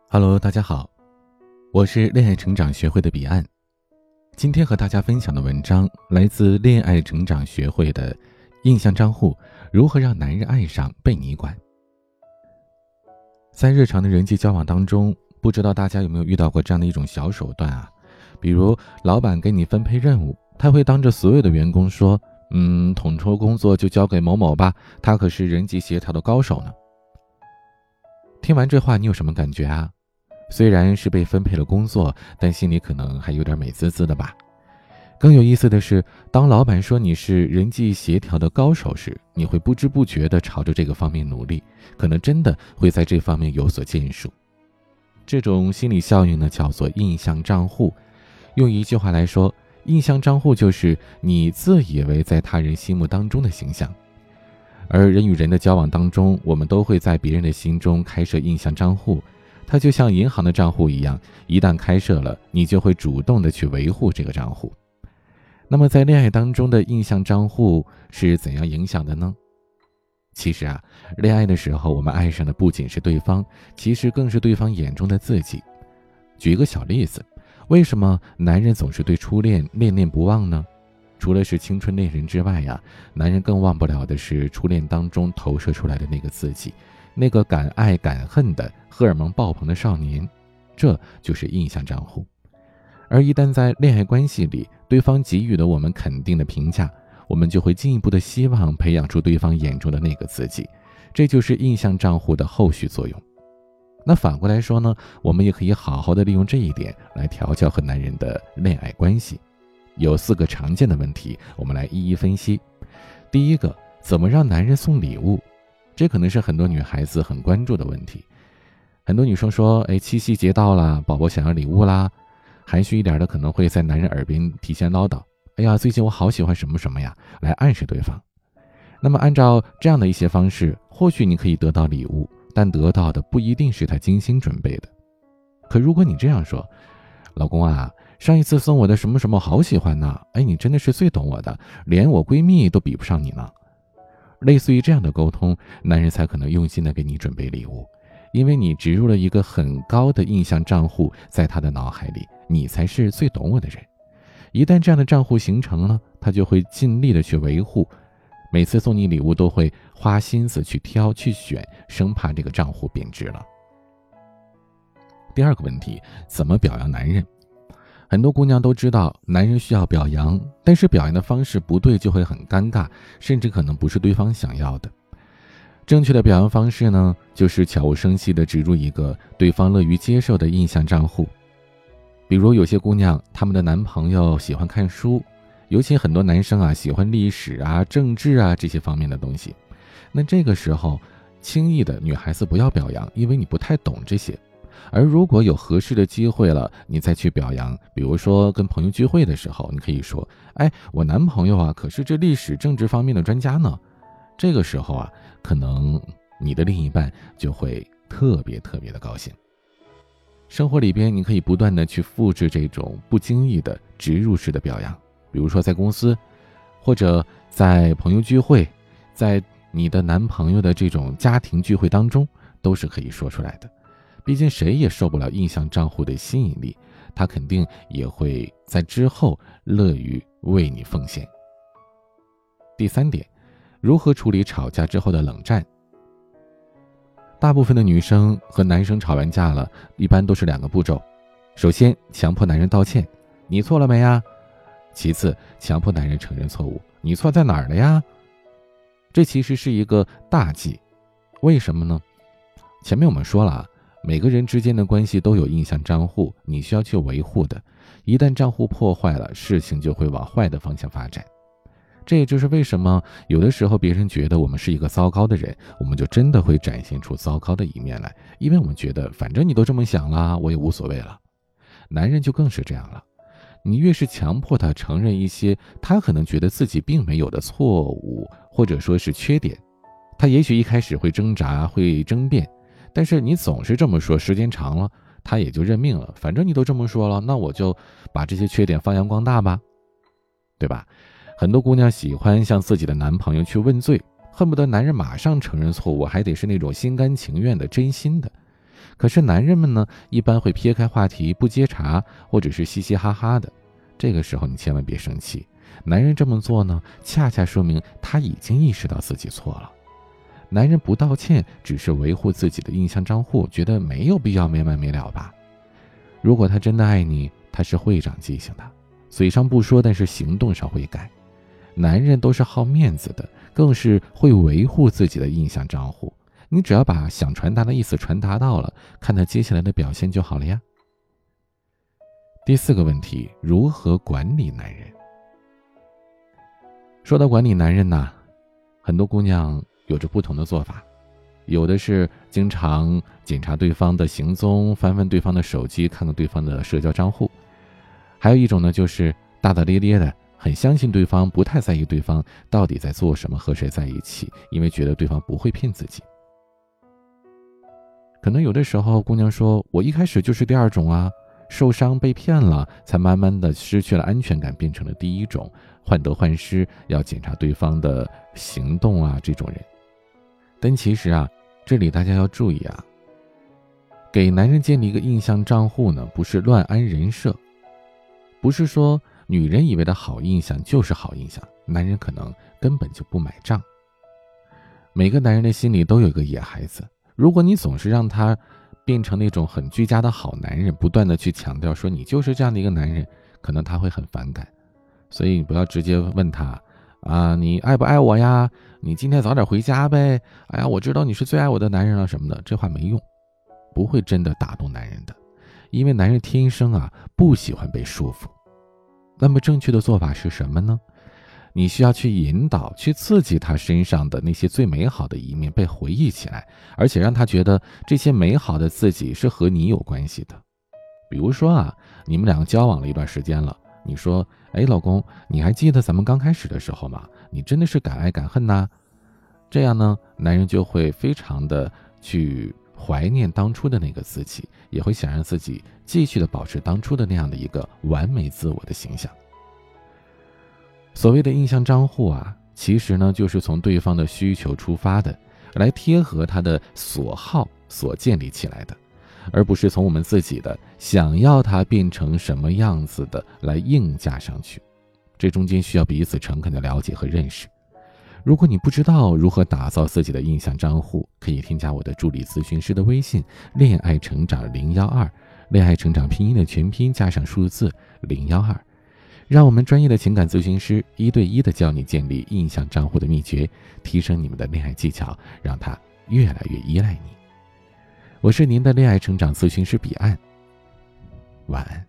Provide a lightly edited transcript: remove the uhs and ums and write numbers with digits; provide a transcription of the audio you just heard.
Hello， 大家好，我是恋爱成长学会的彼岸。今天和大家分享的文章来自恋爱成长学会的印象账户，如何让男人爱上被你管。在日常的人际交往当中，不知道大家有没有遇到过这样的一种小手段啊？比如老板给你分配任务，他会当着所有的员工说，统筹工作就交给某某吧，他可是人际协调的高手呢。听完这话你有什么感觉啊？虽然是被分配了工作，但心里可能还有点美滋滋的吧。更有意思的是，当老板说你是人际协调的高手时，你会不知不觉地朝着这个方面努力，可能真的会在这方面有所建树。这种心理效应呢，叫做印象账户。用一句话来说，印象账户就是你自以为在他人心目当中的形象。而人与人的交往当中，我们都会在别人的心中开设印象账户，它就像银行的账户一样，一旦开设了，你就会主动的去维护这个账户。那么在恋爱当中的印象账户是怎样影响的呢？其实啊，恋爱的时候我们爱上的不仅是对方，其实更是对方眼中的自己。举一个小例子，为什么男人总是对初恋恋恋不忘呢？除了是青春恋人之外呀，男人更忘不了的是初恋当中投射出来的那个自己，那个敢爱敢恨的荷尔蒙爆棚的少年，这就是印象账户。而一旦在恋爱关系里，对方给予了我们肯定的评价，我们就会进一步的希望培养出对方眼中的那个自己，这就是印象账户的后续作用。那反过来说呢，我们也可以好好的利用这一点来调教和男人的恋爱关系。有4个常见的问题，我们来一一分析。第一个，怎么让男人送礼物？这可能是很多女孩子很关注的问题。很多女生说，七夕节到了，宝宝想要礼物啦。含蓄一点的可能会在男人耳边提前唠叨，哎呀，最近我好喜欢什么什么呀，来暗示对方。那么按照这样的一些方式，或许你可以得到礼物，但得到的不一定是他精心准备的。可如果你这样说，老公啊，上一次送我的什么什么好喜欢呢，你真的是最懂我的，连我闺蜜都比不上你呢。类似于这样的沟通，男人才可能用心的给你准备礼物，因为你植入了一个很高的印象账户在他的脑海里，你才是最懂我的人。一旦这样的账户形成了，他就会尽力的去维护，每次送你礼物都会花心思去挑去选，生怕这个账户贬值了。第二个问题，怎么表扬男人？很多姑娘都知道男人需要表扬，但是表扬的方式不对就会很尴尬，甚至可能不是对方想要的。正确的表扬方式呢，就是悄无声息地植入一个对方乐于接受的印象账户。比如有些姑娘，她们的男朋友喜欢看书，尤其很多男生啊喜欢历史啊、政治啊这些方面的东西。那这个时候，轻易的女孩子不要表扬，因为你不太懂这些。而如果有合适的机会了，你再去表扬，比如说跟朋友聚会的时候，你可以说，我男朋友啊可是这历史政治方面的专家呢。这个时候啊，可能你的另一半就会特别的高兴。生活里边你可以不断的去复制这种不经意的植入式的表扬，比如说在公司，或者在朋友聚会，在你的男朋友的这种家庭聚会当中，都是可以说出来的。毕竟谁也受不了印象账户的吸引力，他肯定也会在之后乐于为你奉献。第3点，如何处理吵架之后的冷战？大部分的女生和男生吵完架了，一般都是2个步骤。首先，强迫男人道歉，你错了没呀？其次，强迫男人承认错误，你错在哪儿了呀？这其实是一个大忌。为什么呢？前面我们说了，每个人之间的关系都有印象账户，你需要去维护的。一旦账户破坏了，事情就会往坏的方向发展。这也就是为什么有的时候别人觉得我们是一个糟糕的人，我们就真的会展现出糟糕的一面来，因为我们觉得反正你都这么想了，我也无所谓了。男人就更是这样了，你越是强迫他承认一些他可能觉得自己并没有的错误，或者说是缺点，他也许一开始会挣扎，会争辩，但是你总是这么说，时间长了，他也就认命了，反正你都这么说了，那我就把这些缺点发扬光大吧，对吧？很多姑娘喜欢向自己的男朋友去问罪，恨不得男人马上承认错误，还得是那种心甘情愿的、真心的。 可是男人们呢，一般会撇开话题不接茬，或者是嘻嘻哈哈的。这个时候你千万别生气，男人这么做呢，恰恰说明他已经意识到自己错了。男人不道歉，只是维护自己的印象账户，觉得没有必要没完没了吧。如果他真的爱你，他是会长记性的，嘴上不说，但是行动上会改。男人都是好面子的，更是会维护自己的印象账户。你只要把想传达的意思传达到了，看他接下来的表现就好了呀。第4个问题，如何管理男人？说到管理男人呢，很多姑娘有着不同的做法，有的是经常检查对方的行踪，翻翻对方的手机，看看对方的社交账户。还有一种呢，就是大大咧咧的，很相信对方，不太在意对方到底在做什么，和谁在一起，因为觉得对方不会骗自己。可能有的时候姑娘说，我一开始就是第2种啊，受伤被骗了，才慢慢的失去了安全感，变成了第1种，患得患失，要检查对方的行动啊，这种人。但其实啊，这里大家要注意啊，给男人建立一个印象账户呢，不是乱安人设，不是说女人以为的好印象就是好印象，男人可能根本就不买账。每个男人的心里都有一个野孩子，如果你总是让他变成那种很居家的好男人，不断的去强调说你就是这样的一个男人，可能他会很反感。所以你不要直接问他啊，你爱不爱我呀？你今天早点回家呗。哎呀，我知道你是最爱我的男人了什么的，这话没用，不会真的打动男人的，因为男人天生啊不喜欢被束缚。那么正确的做法是什么呢？你需要去引导，去刺激他身上的那些最美好的一面被回忆起来，而且让他觉得这些美好的自己是和你有关系的。比如说啊，你们两个交往了一段时间了，你说，哎，老公，你还记得咱们刚开始的时候吗？你真的是敢爱敢恨呐。这样呢，男人就会非常的去怀念当初的那个自己，也会想让自己继续的保持当初的那样的一个完美自我的形象。所谓的印象账户啊，其实呢就是从对方的需求出发的，来贴合他的所好所建立起来的，而不是从我们自己的想要他变成什么样子的来硬加上去。这中间需要彼此诚恳的了解和认识。如果你不知道如何打造自己的印象账户，可以添加我的助理咨询师的微信恋爱成长012，恋爱成长拼音的全拼加上数字012，让我们专业的情感咨询师1对1的教你建立印象账户的秘诀，提升你们的恋爱技巧，让他越来越依赖你。我是您的恋爱成长咨询师彼岸，晚安。